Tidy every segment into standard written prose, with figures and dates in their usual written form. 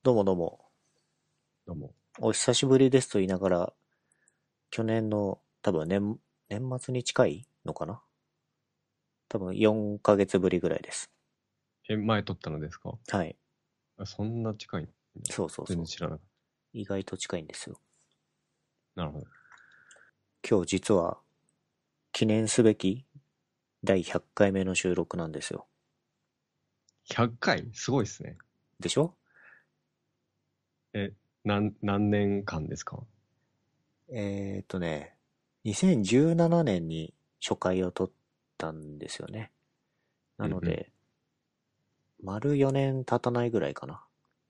どうもどうも。 どうも。 お久しぶりですと言いながら、去年の多分年末に近いのかな。多分4ヶ月ぶりぐらいです。 前撮ったのですか？ はい。 あ、そんな近いんだ。 そうそうそう。 全然知らなかっ意外と近いんですよ。 た。なるほど。 今日実は記念すべき第100回目の収録なんですよ。 100回すごいっすね。 でしょ？ え、何年間ですか？ えね、2017年に初回を撮ったんですよね。なうんうん。 ので、丸4年経たないぐらいかな。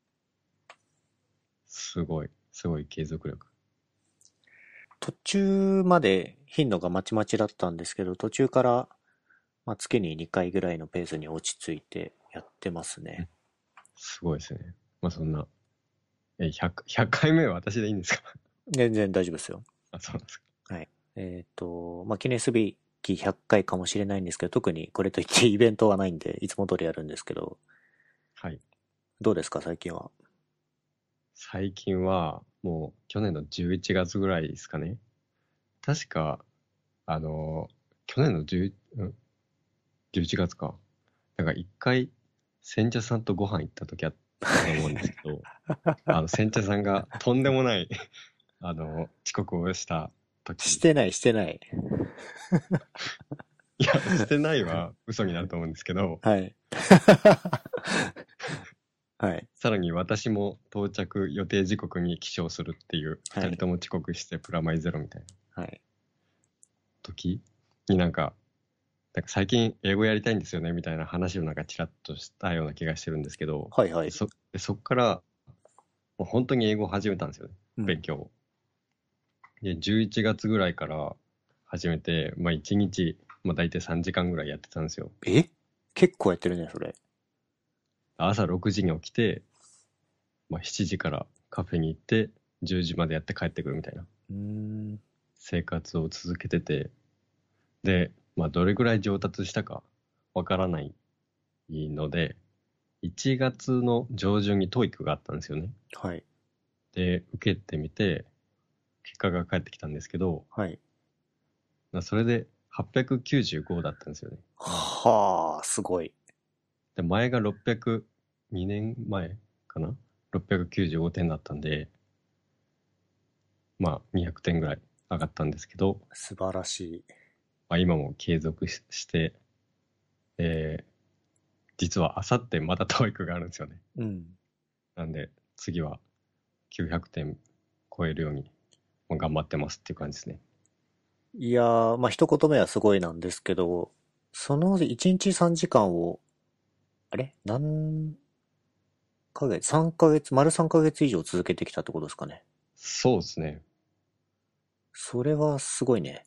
すごい継続力。 途中まで頻度がまちまちだったんですけど、途中から、月に2回ぐらいのペースに落ち着いてやってますね。 うん。すごいですね。まあそんな、100回目は私でいいんですか？ 全然大丈夫ですよ。 あ、そうなんですか。 はい。記念すべき100回かいかもしれないんですけど、特にこれといってイベントはないんで、いつも通りやるんですけど、 はい。 どうですか、最近は。 最近は、もう去年の11月ぐらいですかね。確か、あの去年の11月か。なんか一回、煎茶さんとご飯行った時あったと思うんですけど、煎茶さんがとんでもない遅刻をした時。 してない、してない。 いや、してないは嘘になると思うんですけど、 はい。はい。 さらに私も到着予定時刻に起床するっていう、 はい。 二人とも遅刻してプラマイゼロみたいなはい。 時になんか最近英語やりたいんですよねみたいな話をなんかちらっとしたような気がしてるんですけど、 はいはい。 そっからもう本当に英語を始めたんですよね、 うん。 勉強を。で、11月ぐらいから始めて、まあ1日、まあ大体3時間ぐらいやってたんですよ。 え結構やってるね、それ。 朝6時に起きて、まあ7時からカフェに行って、10時までやって帰ってくるみたいなうーん。 生活を続けてて、で、まあどれぐらい上達したかわからないので、1月の上旬に TOEIC があったんですよね。 はい。 で、受けてみて、結果が返ってきたんですけど、 はい。 まあそれで895だったんですよね。 はあ、すごい。 で、前が600、2年前かな？ 695 点だったんで、まあ200点ぐらい上がったんですけど、 素晴らしい。 まあ、今も継続して、えー実はあさってまた TOEIC があるんですよね。 うん。 なんで次は900点超えるように、まあ頑張ってますっていう感じですね。 いやー、一言目はすごいなんですけど、その1日3時間を、あれ何ヶ月？ 3 ヶ月、丸3ヶ月以上続けてきたってことですかね。 そうですね。 それはすごいね。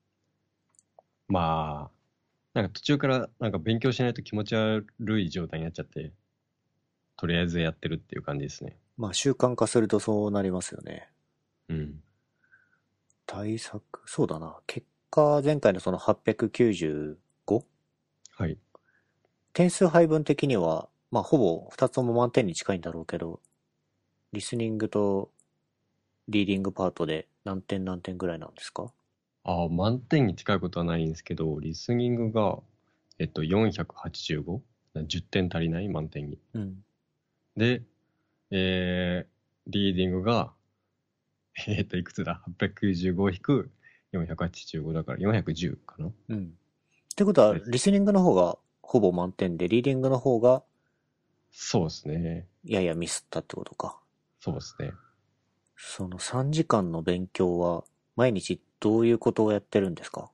まあ、なんか途中からなんか勉強しないと気持ち悪い状態になっちゃって、とりあえずやってるっていう感じですね。 習慣化するとそうなりますよね。 うん。 対策、そうだな。結果、前回のその 895？ はい。 点数配分的には、ほぼ2つとも満点に近いんだろうけど、リスニングとリーディングパートで何点何点ぐらいなんですか？ ああ、満点に近いことはないんですけど、リスニングが、485？ 10点足りない満点に。 うん。 で、リーディングが、いくつだ？ 895-485 だから410かなうん。ってことは、 です。 リスニングの方がほぼ満点で、リーディングの方がそうですね。 ややミスったってことか。 そうですね。 その3時間の勉強は、毎日どういうことをやってるんですか？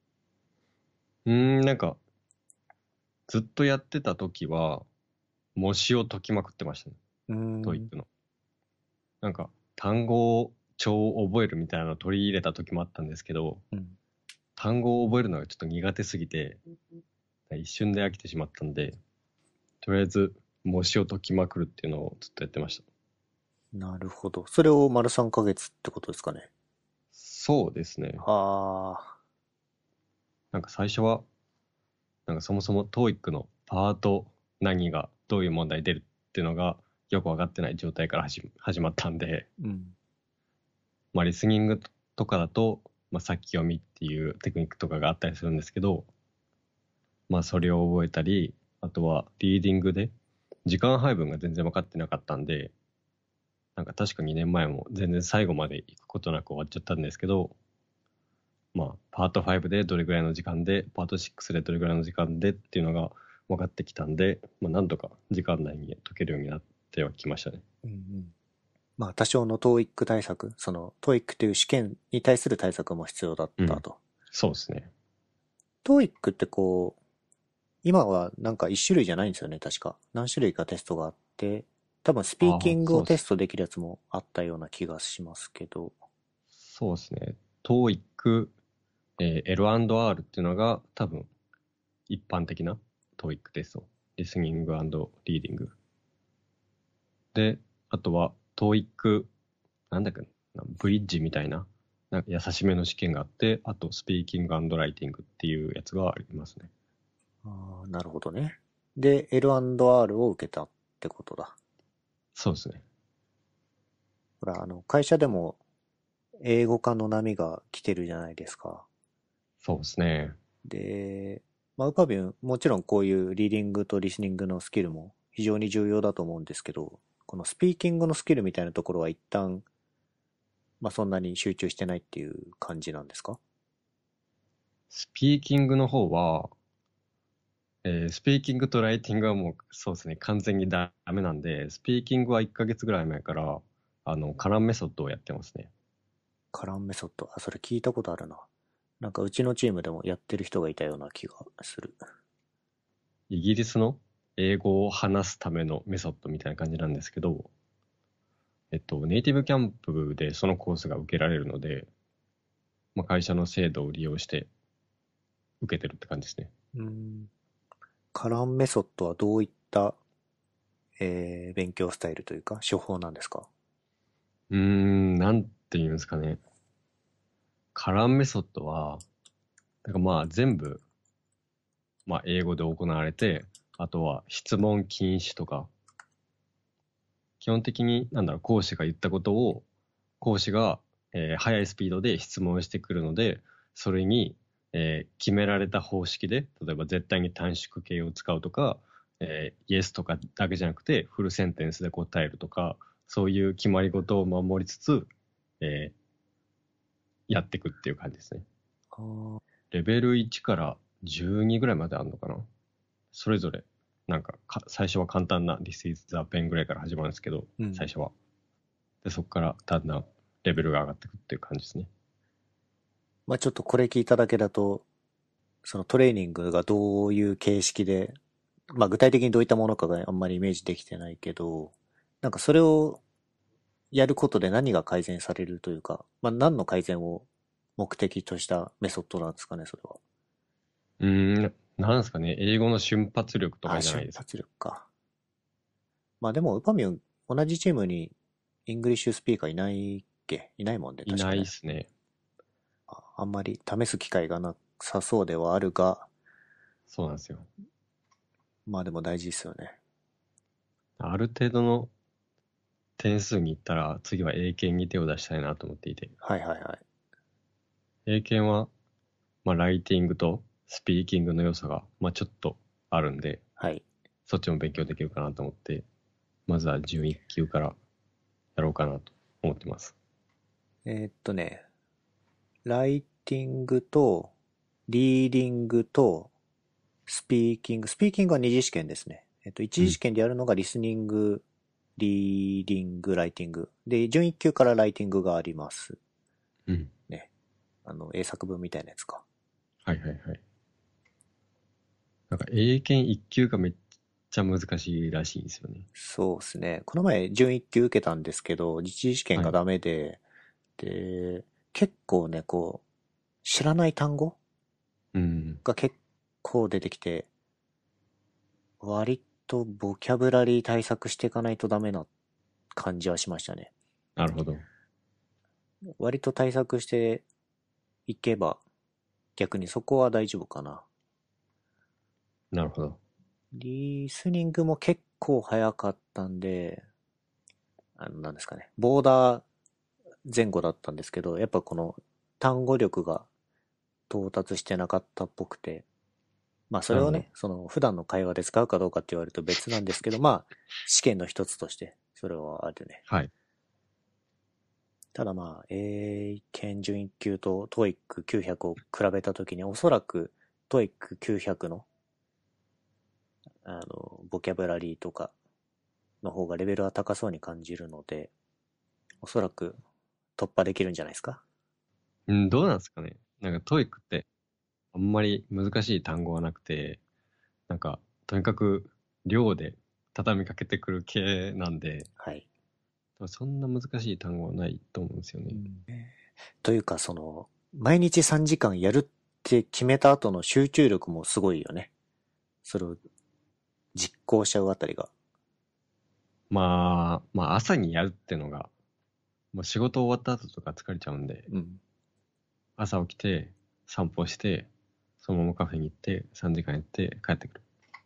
なんか、ずっとやってた時は、模試を解きまくってましたね。 うーん。 トイックの。なんか、単語帳を覚えるみたいなのを取り入れた時もあったんですけど、 うん。 単語を覚えるのがちょっと苦手すぎて、一瞬で飽きてしまったんで、とりあえず模試を解きまくるっていうのをずっとやってました。 なるほど。それを丸3ヶ月ってことですかね。 そうですね。 はあ。 なんか最初は、なんかそもそも TOEIC のパート何がどういう問題出るっていうのがよくわかってない状態から始まったんで、 うん。 まあ、リスニングとかだと、まあ、先読みっていうテクニックとかがあったりするんですけど、まあ、それを覚えたり、あとはリーディングで、時間配分が全然分かってなかったんで、なんか確か2年前も全然最後まで行くことなく終わっちゃったんですけど、まあ、パート5でどれぐらいの時間で、パート6でどれぐらいの時間でっていうのが分かってきたんで、まあ、なんとか時間内に解けるようになってはきましたね。 うんうん。まあ多少の TOEIC 対策、その TOEIC という試験に対する対策も必要だっうん。 たと。 そうですね。 TOEIC ってこう、今はなんか一種類じゃないんですよね、確か。何種類かテストがあって、多分スピーああ、 キングをそうです。 テストできるやつもあったような気がしますけど。 そうですね。TOEIC、L&R っていうのが多分一般的な TOEIC テスト。リスニングリーディング。で、あとは TOEIC、なんだっけな、ブリッジみたいな、なんか優しめの試験があって、あとスピーキングライティングっていうやつがありますね。 ああ、なるほどね。で、L&R を受けたってことだ。 そうですね。 ほら、会社でも英語化の波が来てるじゃないですか。 そうですね。 で、まあ、ウパビュン、もちろんこういうリーディングとリスニングのスキルも非常に重要だと思うんですけど、このスピーキングのスキルみたいなところは一旦、まあ、そんなに集中してないっていう感じなんですか？ スピーキングの方は、スピーキングとライティングはもうそうですね、完全にダメなんで、スピーキングは1ヶ月ぐらい前から、カランメソッドをやってますね。 カランメソッド。あ、それ聞いたことあるな。なんかうちのチームでもやってる人がいたような気がする。 イギリスの英語を話すためのメソッドみたいな感じなんですけど、ネイティブキャンプでそのコースが受けられるので、まあ、会社の制度を利用して受けてるって感じですね。 うーん。カランメソッドはどういった、勉強スタイルというか、手法なんですか？ なんて言うんですかね。カランメソッドは、なんかまあ全部、まあ英語で行われて、あとは質問禁止とか、基本的になんだろう、講師が言ったことを、講師が、速いスピードで質問してくるので、それに、決められた方式で、例えば絶対に短縮形を使うとか、イエスとかだけじゃなくて、フルセンテンスで答えるとか、そういう決まり事を守りつつ、えやっていくっていう感じですね。 あーレベル1から12ぐらいまであるのかな。それぞれ、最初は簡単な This is the pen ぐらいから始まるんですけど、 うん。 最初は。で、そこからだんだんレベルが上がっていくっていう感じですね。 まあちょっとこれ聞いただけだと、そのトレーニングがどういう形式で、まあ具体的にどういったものかがあんまりイメージできてないけど、なんかそれをやることで何が改善されるというか、まあ何の改善を目的としたメソッドなんですかね、それは。 なんですかね、英語の瞬発力とかあ、 じゃないですか。 瞬発力か。まあでも、ウパミュン、同じチームにイングリッシュスピーカーいないっけ？いないもんね、 いないっ確かね。 すね。 あんまり試す機会がなさそうではあるが、 そうなんですよ。 まあでも大事ですよね。 ある程度の点数に行ったら、次は英検に手を出したいなと思っていて。 はいはいはい。 英検は、まあ、ライティングとスピーキングの良さが、まあ、ちょっとあるんで、 はい。 そっちも勉強できるかなと思って、まずは準1級からやろうかなと思ってます。 ね、ライティングと、リーディングと、スピーキング。スピーキングは二次試験ですね。一うん。 次試験でやるのがリスニング、リーディング、ライティング。で、準一級からライティングがあります。 うん。 ね。英作文みたいなやつか。 はいはいはい。なんか英検1級がめっちゃ難しいらしいんですよね。 そうですね。この前、準一級受けたんですけど、一次試験はい。 がダメで、で、結構ね、こう、知らない単語うん。 が結構出てきて、割とボキャブラリー対策していかないとダメな感じはしましたね。 なるほど。 割と対策していけば、逆にそこは大丈夫かな。 なるほど。 リスニングも結構早かったんで、 なんですかね、ボーダー前後だったんですけど、やっぱこの単語力が到達してなかったっぽくて、まあそなるほど。 れをね、その普段の会話で使うかどうかって言われると別なんですけど、まあ試験の一つとしてそれはあるね。 はい。 ただまあ、英検準1級と TOEIC900 を比べたときにおそらく TOEIC900 のボキャブラリーとかの方がレベルは高そうに感じるので、おそらく突破できるんじゃないですか。 うん、どうなんですかね。なんかトイックってあんまり難しい単語はなくて、なんか、とにかく量で畳みかけてくる系なんで、 はい。 そんな難しい単語はないと思うんですよね。 というか、毎日3時間やるって決めた後の集中力もすごいよね。それを実行しちゃうあたりが。 まあ朝にやるってのが、もう仕事終わった後とか疲れちゃうんで、 うん。 朝起きて、散歩して、そのままカフェに行って、3時間やって帰ってくる。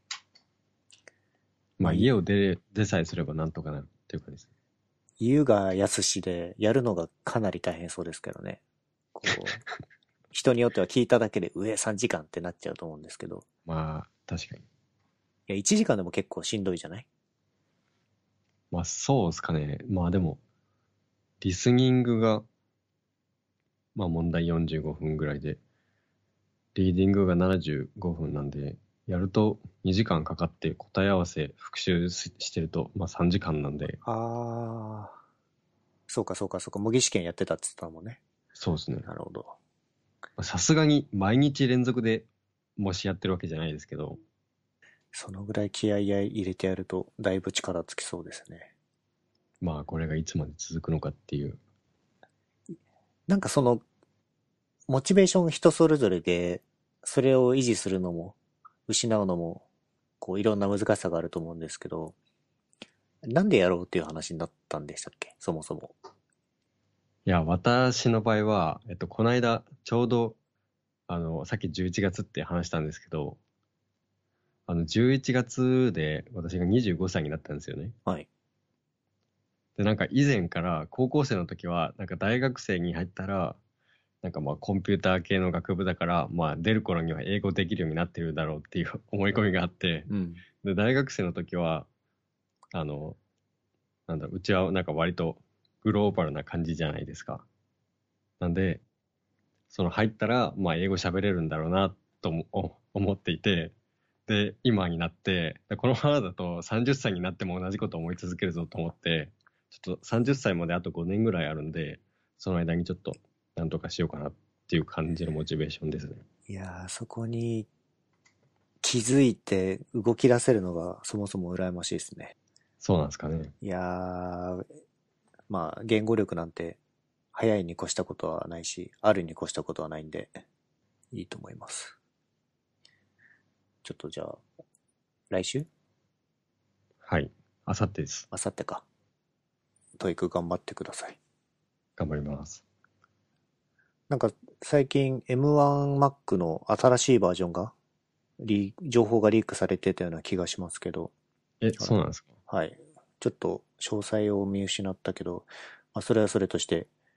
まあまあ、 家を出さえすればなんとかなるっていう感じですね。 言うが安しで、やるのがかなり大変そうですけどね。こう、人によっては聞いただけで上3時間ってなっちゃうと思うんですけど、 まあ確かに。 いや、1時間でも結構しんどいじゃない？ まあそうですかね。まあでも、リスニングが、まあ問題45分ぐらいで、リーディングが75分なんで、やると2時間かかって答え合わせ復習してると、まあ3時間なんで、 ああ、そうかそうかそうか、模擬試験やってたって言ってたもんね。 そうですね。 なるほど。 さすがに毎日連続でもしやってるわけじゃないですけど、 そのぐらい気合い入れてやると、だいぶ力つきそうですね。 まあこれがいつまで続くのかっていう。 なんかモチベーション人それぞれで、それを維持するのも、失うのも、こう、いろんな難しさがあると思うんですけど、なんでやろうっていう話になったんでしたっけ、そもそも。 いや、私の場合は、この間、ちょうど、さっき11月って話したんですけど、11月で私が25歳になったんですよね。 はい。 で、なんか以前から高校生の時は、なんか大学生に入ったら、なんかまあコンピューター系の学部だから、まあ出る頃には英語できるようになってるだろうっていう思い込みがあって、 うん。 で、大学生の時は、あの、なんだろう、うちはなんか割とグローバルな感じじゃないですか。なんで、その入ったら、まあ英語喋れるんだろうなとも思っていて、で、今になって、このままだと30歳になっても同じこと思い続けるぞと思って、ちょっと30歳まであと5年ぐらいあるんで、その間にちょっとなんとかしようかなっていう感じのモチベーションですね。 いやー、そこに気づいて動き出せるのがそもそも羨ましいですね。 そうなんですかね。 いやー、まあ、言語力なんて早いに越したことはないし、あるに越したことはないんで、いいと思います。ちょっとじゃあ、来週はい。あさってです。 明後日か。トイック頑張ってください。 頑張ります。 なんか、最近 M1Mac の新しいバージョンが、情報がリークされてたような気がしますけど、 え、 あれ、 そうなんですか？ はい。ちょっと詳細を見失ったけど、まあ、それはそれとして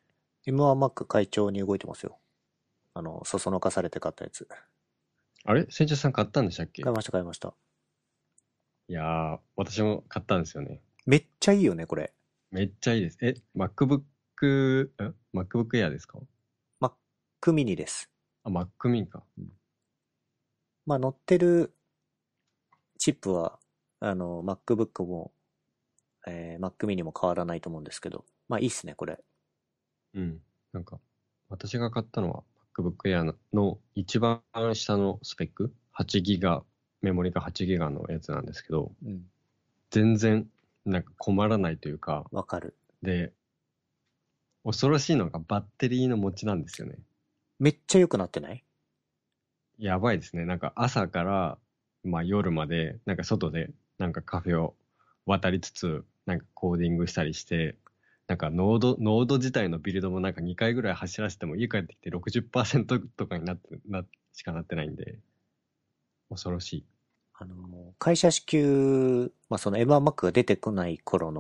、M1Mac 会長に動いてますよ。そそのかされて買ったやつ。 あれ船長さん買ったんでしたっけ？ 買いました、買いました。 いやー、私も買ったんですよね。 めっちゃいいよね、これ。 めっちゃいいです。MacBook Air ですか？ Mac mini です。 あ、Mac mini か。 まあ、乗ってるチップは、MacBook も、Mac mini も変わらないと思うんですけど、まあ、いいっすね、これ。 うん。なんか、私が買ったのは MacBook Air の一番下のスペック、8ギガ、メモリが8ギガのやつなんですけど、 うん。 全然なんか困らないというか、 わかる。 で、恐ろしいのがバッテリーの持ちなんですよね。 めっちゃ良くなってない？ やばいですね。なんか朝から、まあ夜まで、なんか外で、なんかカフェを渡りつつ、なんかコーディングしたりして、なんかノード自体のビルドもなんか2回ぐらい走らせても家帰ってきて60%とかにしかなってないんで、恐ろしい。 会社支給、まあ、その M1Mac が出てこない頃の、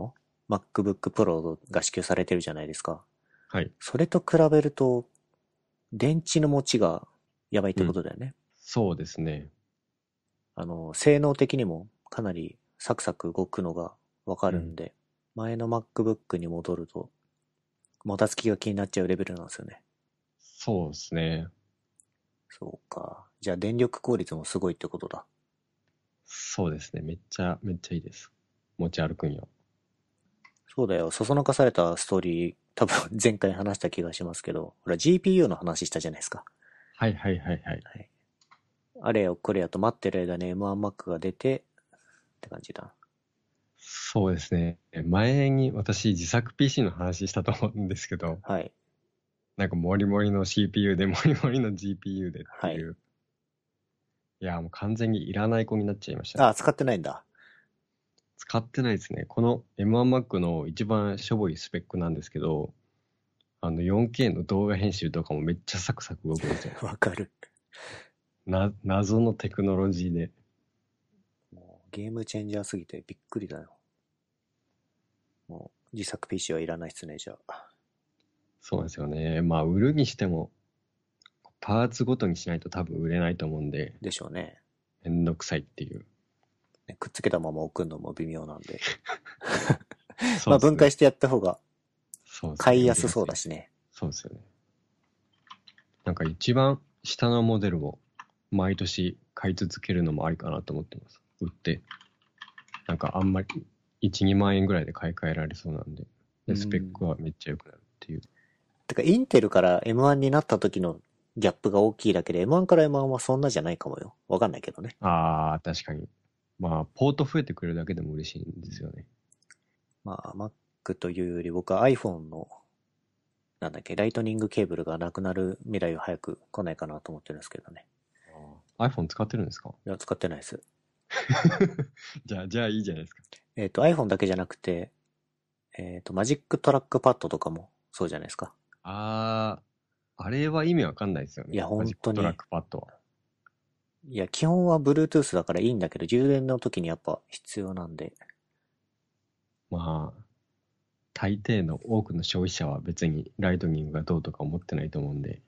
MacBook Pro が支給されてるじゃないですか。 はい。 それと比べると、電池の持ちがやばいってうん。 ことだよね。 そうですね。 性能的にもかなりサクサク動くのがわかうん。 るんで、前の MacBook に戻ると、もたつきが気になっちゃうレベルなんですよね。 そうですね。 そうか。じゃあ電力効率もすごいってことだ。 そうですね。めっちゃいいです。持ち歩くんよ。 そうだよ。そそのかされたストーリー、多分前回話した気がしますけど、ほら GPU の話したじゃないですか。 はいはいはいはい。 はい。あれよこれやと待ってる間に M1Mac が出てって感じだ。 そうですね。前に私自作 PC の話したと思うんですけど、 はい。 なんかモリモリの CPU でモリモリの GPU でってはい。 いう。いや、もう完全にいらない子になっちゃいましたね。 あ、使ってないんだ。 使ってないですね。この M1Mac の一番しょぼいスペックなんですけど、4K の動画編集とかもめっちゃサクサク動くんですよ。 わかる。 謎のテクノロジーで。 もうゲームチェンジャーすぎてびっくりだよ。もう自作 PC はいらないっすね、じゃあ。 そうなんですよね。まあ、売るにしても、パーツごとにしないと多分売れないと思うんで、 でしょうね。 めんどくさいっていう。 ねくっつけたまま置くのも微妙なんで。 そうですね。 まあ分解してやった方がそうですね。 買いやす売りやすい。 そうだしね。 そうですよね。なんか一番下のモデルを毎年買い続けるのもありかなと思ってます。売って。なんかあんまり1、2万円ぐらいで買い替えられそうなんで。 うで、スペッん。 クはめっちゃ良くなるっていう。 てか、インテルから M1 になった時のギャップが大きいだけで、M1 から M1 はそんなじゃないかもよ。わかんないけどね。 ああ、確かに。まあ、ポート増えてくれるだけでも嬉しいんですよね。 まあ、Mac というより僕は iPhone の、なんだっけ、ライトニングケーブルがなくなる未来は早く来ないかなと思ってるんですけどね。 iPhone 使ってるんですか？ いや、使ってないです。 じゃあいいじゃないですか。 iPhone だけじゃなくて、マジックトラックパッドとかもそうじゃないですか。 ああ、あれは意味わかんないですよね。 いや、 マジックトラッ本当に。 クパッドは。 いや、基本は Bluetooth だからいいんだけど、充電の時にやっぱ必要なんで。 まあ、大抵の多くの消費者は別にライトニングがどうとか思ってないと思うんで。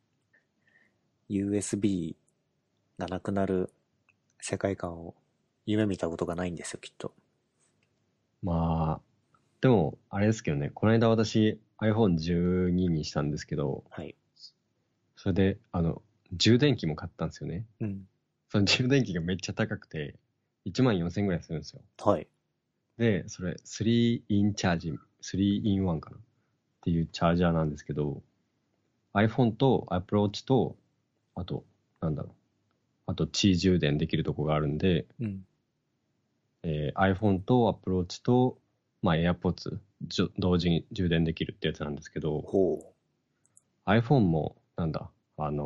USB がなくなる世界観を夢見たことがないんですよ、きっと。 まあ、でも、あれですけどね、この間私 iPhone12 にしたんですけど、 はい。 それで、充電器も買ったんですよね。 うん。 その充電器がめっちゃ高くて、1万4000円ぐらいするんですよ。 はい。 で、それ、3 in チャージ、3 in 1かなっていうチャージャーなんですけど、iPhone と Apple Watch と、あと、なんだろう、あと、充電できるとこがあるんで、 うん。 iPhone と Apple Watch と、まあ、AirPods 同時に充電できるってやつなんですけど、 ほう。 iPhone も、なんだ、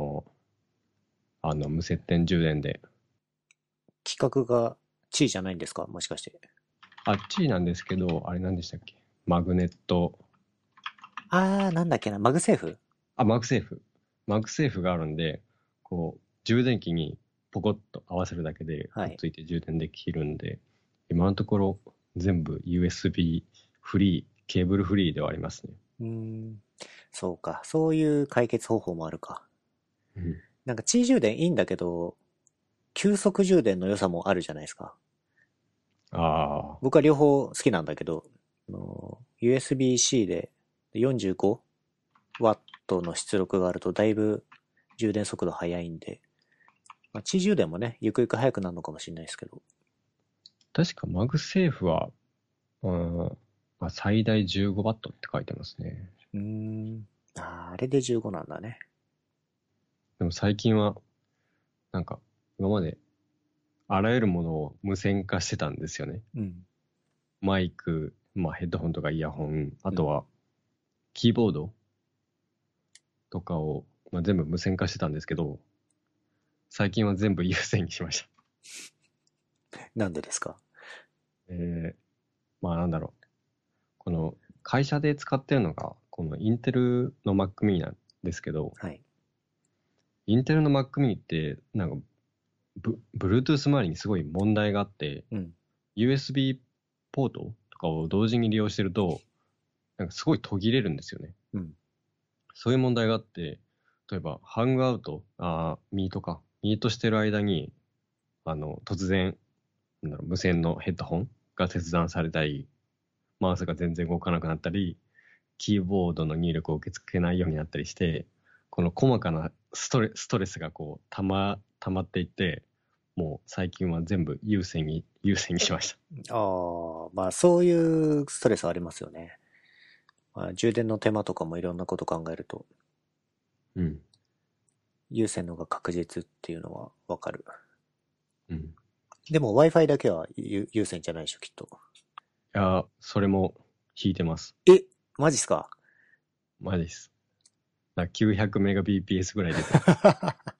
無接点充電で、 規格が地位じゃないんですかもしかして。 あっちなんですけど、あれなんでしたっけ？マグネット、 なんだっけな、マグセーフ。 マグセーフ。マグセーフがあるんで、こう、充電器にポコッと合わせるだけではい。 くっついて充電できるんで、今のところ全部 USB フリー、ケーブルフリーではありますね。 うーん。そうか。そういう解決方法もあるか。 うん。 なんか地位充電いいんだけど、急速充電の良さもあるじゃないですか。 あ僕は両方好きなんだけど、USB-C で45ワットの出力があるとだいぶ充電速度速いんで、まあ、地充電もね、ゆくゆく速くなるのかもしれないですけど。 確かマグセーフは、うん、最大15バットって書いてますね。 うーん。あれで15なんだね。 でも最近は、なんか、今まであらゆるものを無線化してたんですよね。 うん。 マイク、まあヘッドホンとかイヤホン、あうん。 とはキーボードとかを、まあ、全部無線化してたんですけど、最近は全部有線にしました。 なんでですか？ まあなんだろう。この会社で使ってるのが、このインテルの Mac mini なんですけど、 はい。 インテルの Mac mini って、なんかBluetooth 周りにすごい問題があって、 うん。 USB ポートとかを同時に利用してると、なんかすごい途切れるんですよね。 うん。 そういう問題があって、例えば、ハングアウト、ミートしてる間に、突然、無線のヘッドホンが切断されたり、マウスが全然動かなくなったり、キーボードの入力を受け付けないようになったりして、この細かなストレスがこう、溜まっていって、もう最近は全部優先にしました。 ああ、まあそういうストレスはありますよね。まあ、充電の手間とかもいろんなこと考えると、 うん。 有線の方が確実っていうのはわかる。 うん。いでも Wi-Fi だけは有線じゃないでしょ、きっと。 やー、それも引いてます。 え、マジっすか？ マジです。900メガ BPS ぐらい出てます。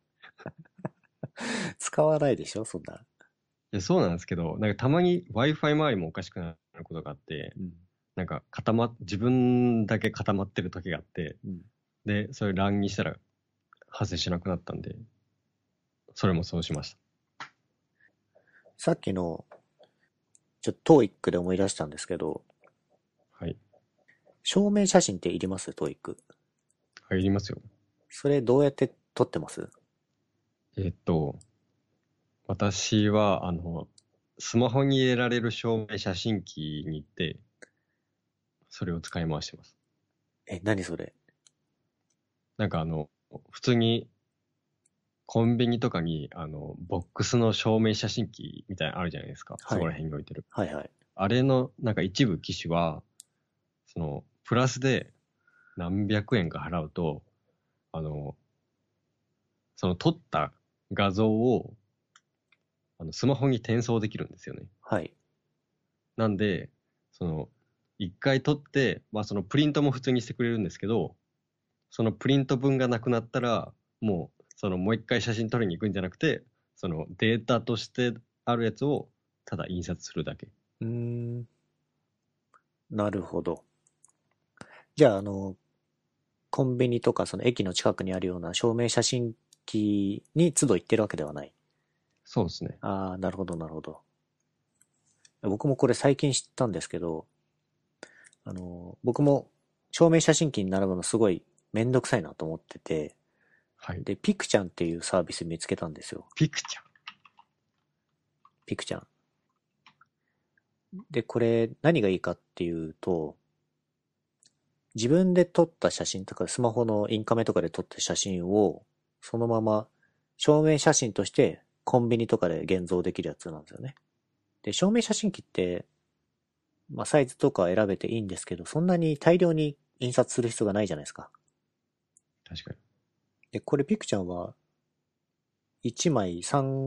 使わないでしょ、そんな。 いや、そうなんですけど、なんかたまに Wi-Fi 周りもおかしくなることがあって、 うん。 なんか自分だけ固まってる時があって、 うん。 で、それ LAN にしたら発生しなくなったんで、それもそうしました。 さっきの、ちょっと TOEIC で思い出したんですけど、 はい。 証明写真っていります？ TOEIC。 入りますよ。 それどうやって撮ってます？ えっと、私は、スマホに入れられる証明写真機に行って、それを使い回してます。 え、何それ？ なんか普通にコンビニとかに、ボックスの証明写真機みたいなのあるじゃないですか。そはい。 こら辺に置いてる。 はいはい。 あれの、なんか一部機種は、プラスで何百円か払うと、あの、その撮った画像を、スマホに転送できるんですよね。 はい。 なんで、その、一回撮って、まあそのプリントも普通にしてくれるんですけど、そのプリント分がなくなったら、もう一回写真撮りに行くんじゃなくて、そのデータとしてあるやつをただ印刷するだけ。 うーん、なるほど。じゃあ、コンビニとかその駅の近くにあるような証明写真機に都度行ってるわけではない。 そうですね。 ああ、なるほど、なるほど。僕もこれ最近知ったんですけど、僕も証明写真機に並ぶのすごいめんどくさいなと思ってて、 はい。 で、ピクチャンっていうサービス見つけたんですよ。 ピクチャー。 ピクチャン。で、これ何がいいかっていうと、自分で撮った写真とか、スマホのインカメとかで撮った写真を、そのまま証明写真としてコンビニとかで現像できるやつなんですよね。で、証明写真機って、まあサイズとか選べていいんですけど、そんなに大量に印刷する必要がないじゃないですか。 確かに。 で、これピクチャンは1枚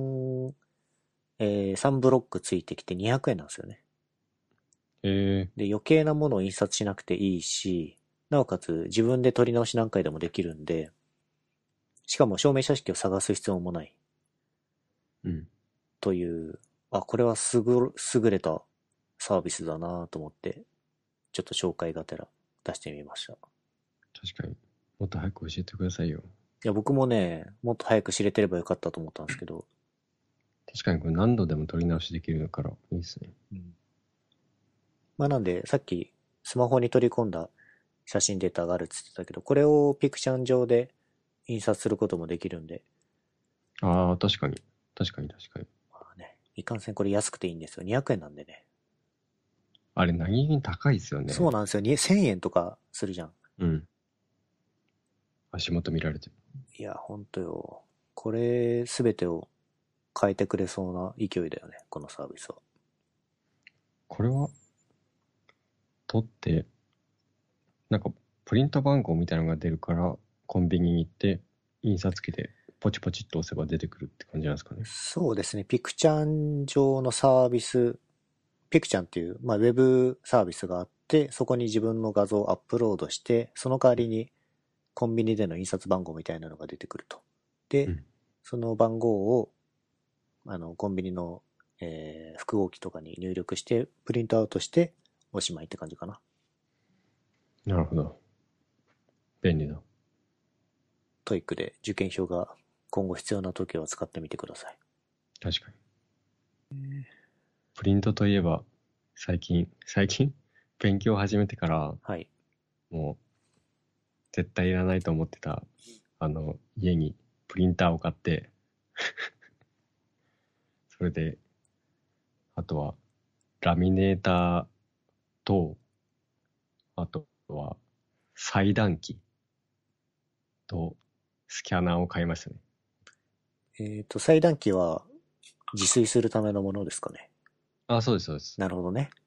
3、3ブロックついてきて200円なんですよね。 えで、余計なものを印刷しなくていいし、なおかつ自分で撮り直し何回でもできるんで、しかも証明写真機を探す必要もないうん。 という、あ、これは優れたサービスだなと思って、ちょっと紹介がてら出してみました。い確かに。もっと早く教えてくださいよ。 や、僕もね、もっと早く知れてればよかったと思ったんですけど、 確かにこれ何度でも撮り直しできるからいいですね。 うん、まあなんで、さっきスマホに取り込んだ写真データがあるって言ってたけど、これをピクチャン上で印刷することもできるんで、 ああ、確かに。確かに確かに。 まあね、いかんせんこれ安くていいんですよ。200円なんでね。 あれ何気に高いですよね。 そうなんですよ。1000円とかするじゃん。 うん。足元見られてる。 いや、ほんとよ。これ、すべてを変えてくれそうな勢いだよね。このサービスは。 これは撮って、なんかプリント番号みたいなのが出るから、コンビニに行って、印刷機でポチポチっと押せば出てくるって感じなんですかね。 そうですね。ピクチャン上のサービス、ピクチャンっていう、まあ、ウェブサービスがあって、そこに自分の画像をアップロードして、その代わりにコンビニでの印刷番号みたいなのが出てくると。で、 うん。 その番号を、コンビニの、複合機とかに入力して、プリントアウトしておしまいって感じかな。 なるほど。便利だ。 トイックで受験票が今後必要な時は使ってみてください。 確かに。プリントといえば、 最近、勉強を始めてから、 はい。 もう、絶対いらないと思ってた、家にプリンターを買って、それで、あとは、ラミネーターと、あとは、裁断機と、スキャナーを買いましたね。 裁断機は自炊するためのものですかね。 あ、そうです、そうです。 なるほどね。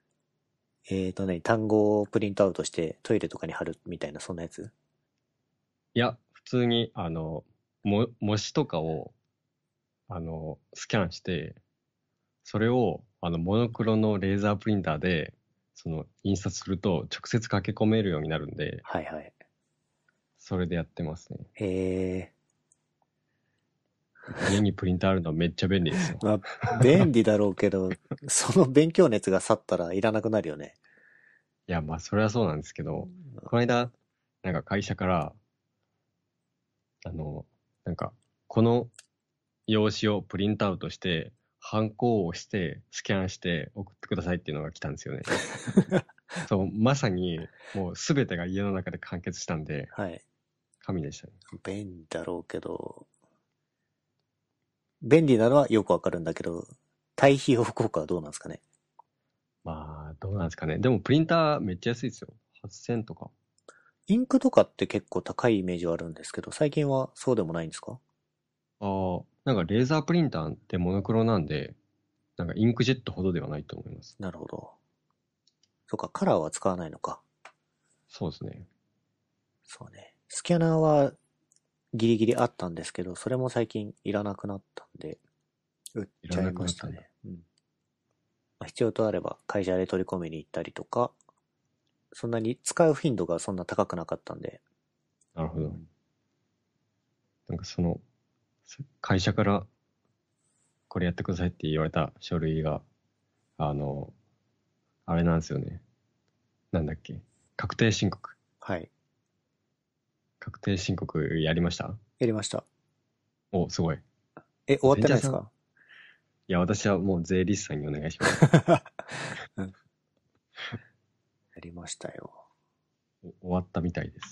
単語をプリントアウトしてトイレとかに貼るみたいな、そんなやつ？ いや、普通に、模試とかを、スキャンして、それを、モノクロのレーザープリンターで、印刷すると、直接書き込めるようになるんで、 はいはい。 それでやってますね。 え家にプリンターあるのはめっちゃ便利ですよ。 まあ、便利だろうけど、その勉強熱が去ったらいらなくなるよね。 いや、まあ、それはそうなんですけど、この間、なんか会社から、あの、なんか、この用紙をプリントアウトして、ハンコを押して、スキャンして送ってくださいっていうのが来たんですよね。そう、まさに、もうすべてが家の中で完結したんで、 はい。 神でしたね。 便利だろうけど、便利なのはよくわかるんだけど、対比用効果はどうなんですかね。 まあ、どうなんですかね。でも、プリンターめっちゃ安いですよ。8000とか。 インクとかって結構高いイメージはあるんですけど、最近はそうでもないんですか？ ああ、なんかレーザープリンターってモノクロなんで、なんかインクジェットほどではないと思います。 なるほど。そっか、カラーは使わないのか。 そうですね。 そうね。スキャナーはギリギリあったんですけど、それも最近いらなくなったんで、売っいらちゃいなくなったんだ。 ましたね。うん。まあ、必要とあれば会社で取り込みに行ったりとか、そんなに使う頻度がそんな高くなかったんで。 なるほど。 うん。 なんか会社からこれやってくださいって言われた書類が、あの、あれなんですよね。なんだっけ。確定申告。 はい。 確定申告やりました？ やりました。 お、すごい。 終わっベンチャーさん？ てないですか？ いや、私はもう税理士さんにお願いします。 うん。やりましたよ。 終わったみたいです。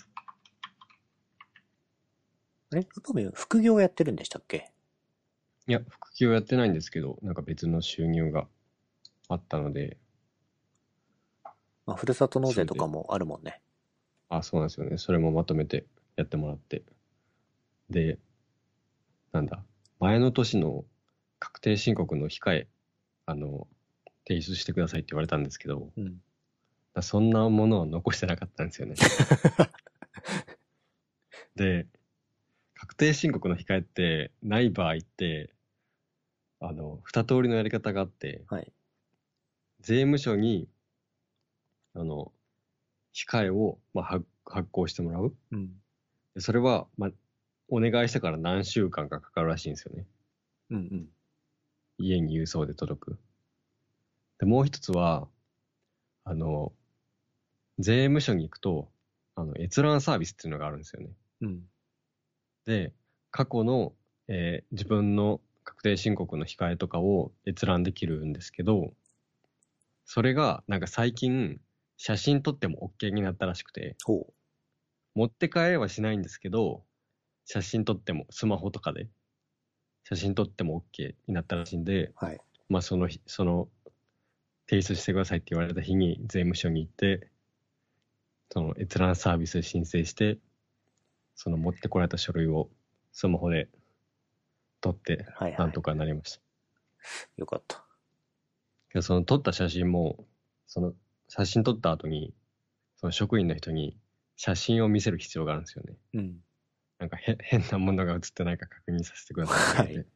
あれウトミ副業やってるんでしたっけ？ いや、副業やってないんですけど、なんか別の収入があったので、 まあ、ふるさと納それで、 税とかもあるもんね。 あ、そうなんですよね。それもまとめてやってもらって。で、なんだ、前の年の確定申告の控え、あの、提出してくださいって言われたんですけど、 うん。 そんなものは残してなかったんですよね。で、確定申告の控えってない場合って、二通りのやり方があって、 はい。 税務署に、あの、控えを、まあ、発行してもらう。 うん。 でそれは、まあ、お願いしてから何週間かかかるらしいんですよね。 うんうん。 家に郵送で届く。で、もう一つは、あの、税務署に行くと、閲覧サービスっていうのがあるんですよね。 うん。 で、過去の、自分の確定申告の控えとかを閲覧できるんですけど、それがなんか最近写真撮っても OK になったらしくて、 ほう。 持って帰れはしないんですけど、写真撮ってもスマホとかで写真撮っても OK になったらしいんで、 はい。 まあその日、提出してくださいって言われた日に税務署に行って、その閲覧サービスで申請して、その持ってこられた書類をスマホで撮って、 はいはい。 なんとかなりました。 よかった。 でその撮った写真も、その写真撮った後に、その職員の人に写真を見せる必要があるんですよね。 うん。 なんか変なものが写ってないか確認させてくださいって言われて、 はい。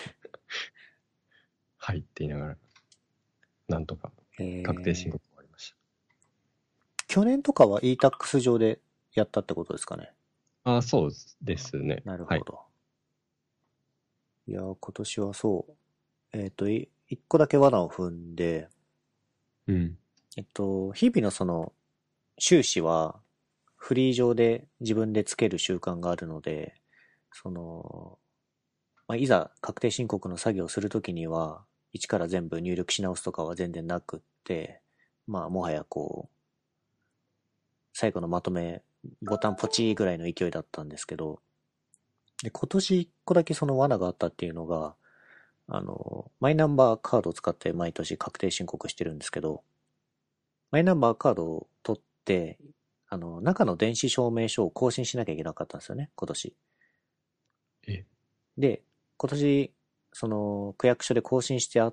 はいって言いながら、なんとか確定申え告終わりまし去年とかは e-tax 上でやったってことですかね。 た。あ、そうですね。はい。 なるほど。いやー、今年はそう。一個だけ罠を踏んで、 うん。 日々のその、収支は、フリー上で自分でつける習慣があるので、その、まあ、いざ確定申告の作業をするときには、 一から全部入力し直すとかは全然なくって、まあもはやこう、最後のまとめ、ボタンポチーぐらいの勢いだったんですけど、で、今年一個だけその罠があったっていうのが、マイナンバーカードを使って毎年確定申告してるんですけど、マイナンバーカードを取って、中の電子証明書を更新しなきゃいけなかったんですよね、今年。 え、 で、今年、その、区役所で更新してあって、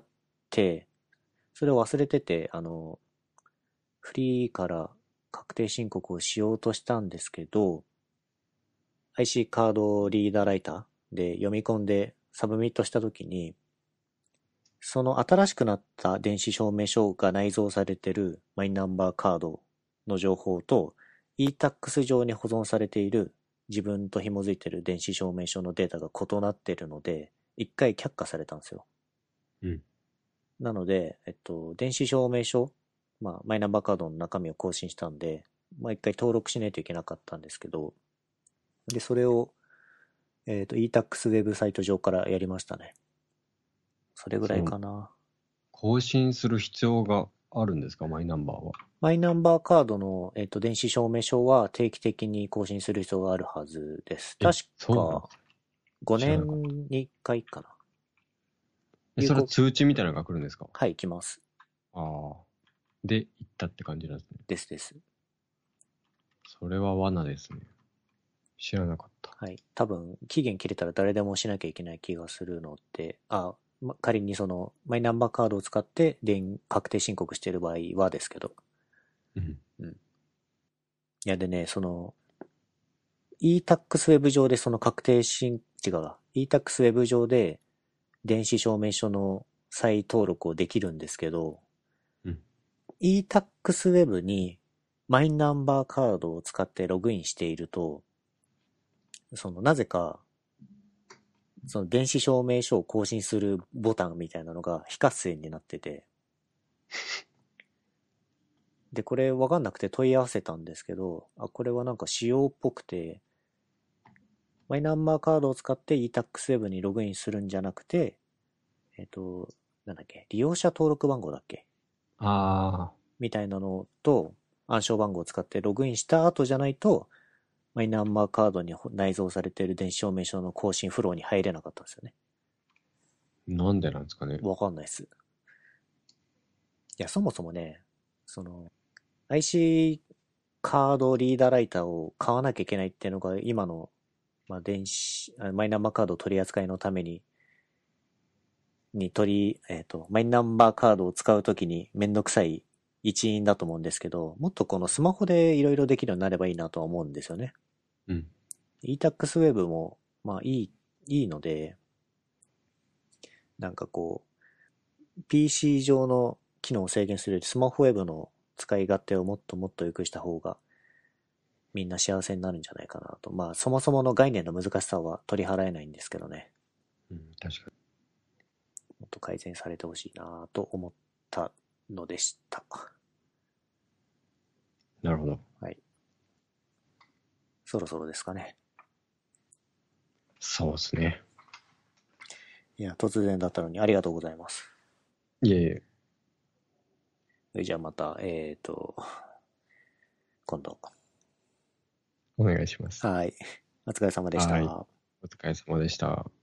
それを忘れてて、フリーから確定申告をしようとしたんですけど、IC カードリーダーライターで読み込んでサブミットしたときに、その新しくなった電子証明書が内蔵されているマイナンバーカードの情報と e-tax 上に保存されている自分と紐づいている電子証明書のデータが異なっているので、一回却下されたんですよ。 うん。 なので、電子証明書、まあ、マイナンバーカードの中身を更新したんで、まあ一回登録しないといけなかったんですけど、で、それを、e-tax ウェブサイト上からやりましたね。それぐらいその、 かな。 更新する必要があるんですか、マイナンバーは。 マイナンバーカードの、電子証明書は定期的に更新する必要があるはずです。 え、 確かそうなんですか。知ら 5 なかった。 年に1回かな。有それは効、 通知みたいなのが来るんですか？ はい、来ます。 ああ。で、行ったって感じなんですね。 ですです。 それは罠ですね。知らなかった。 はい。多分、期限切れたら誰でもしなきゃいけない気がするので、仮にその、マイナンバーカードを使って確定申告している場合はですけど。 うん。 うん。いや、でね、e-tax ウェブ上でその違うわ。e-tax ウェブ上で電子証明書の再登録をできるんですけど、 うん。 e-tax ウェブにマイナンバーカードを使ってログインしていると、なぜか、その電子証明書を更新するボタンみたいなのが非活性になってて、で、これわかんなくて問い合わせたんですけど、これはなんか仕様っぽくて、マイナンバーカードを使って e-tax ウェブにログインするんじゃなくて、えっと、なんだっけ、利用者登録番号だっけああ、 みたいなのと暗証番号を使ってログインした後じゃないと、マイナンバーカードに内蔵されている電子証明書の更新フローに入れなかったんですよね。 なんでなんですかね。 わかんないです。いや、そもそもね、IC カードリーダーライターを買わなきゃいけないっていうのが今の、まあ、マイナンバーカード取り扱いのためにマイナンバーカードを使うときにめんどくさい一因だと思うんですけど、もっとこのスマホでいろいろできるようになればいいなとは思うんですよね。 うん。 e-tax ウェブも、まあいいので、なんかこう、PC 上の機能を制限するよりスマホウェブの使い勝手をもっともっと良くした方がみんな幸せになるんじゃないかなと。まあそもそもの概念の難しさは取り払えないんですけどね。 うん、確かもっと改善されてほしいなと思ったのでした。 に。なるほど。 はい。そろそろですかね。 そうですね。 いや、突然だったのにありがとうございます。 いえいえ、 じゃあまた、今度。 お願いします。 はい。お疲れ様でしはい。 た。 お疲れ様でした。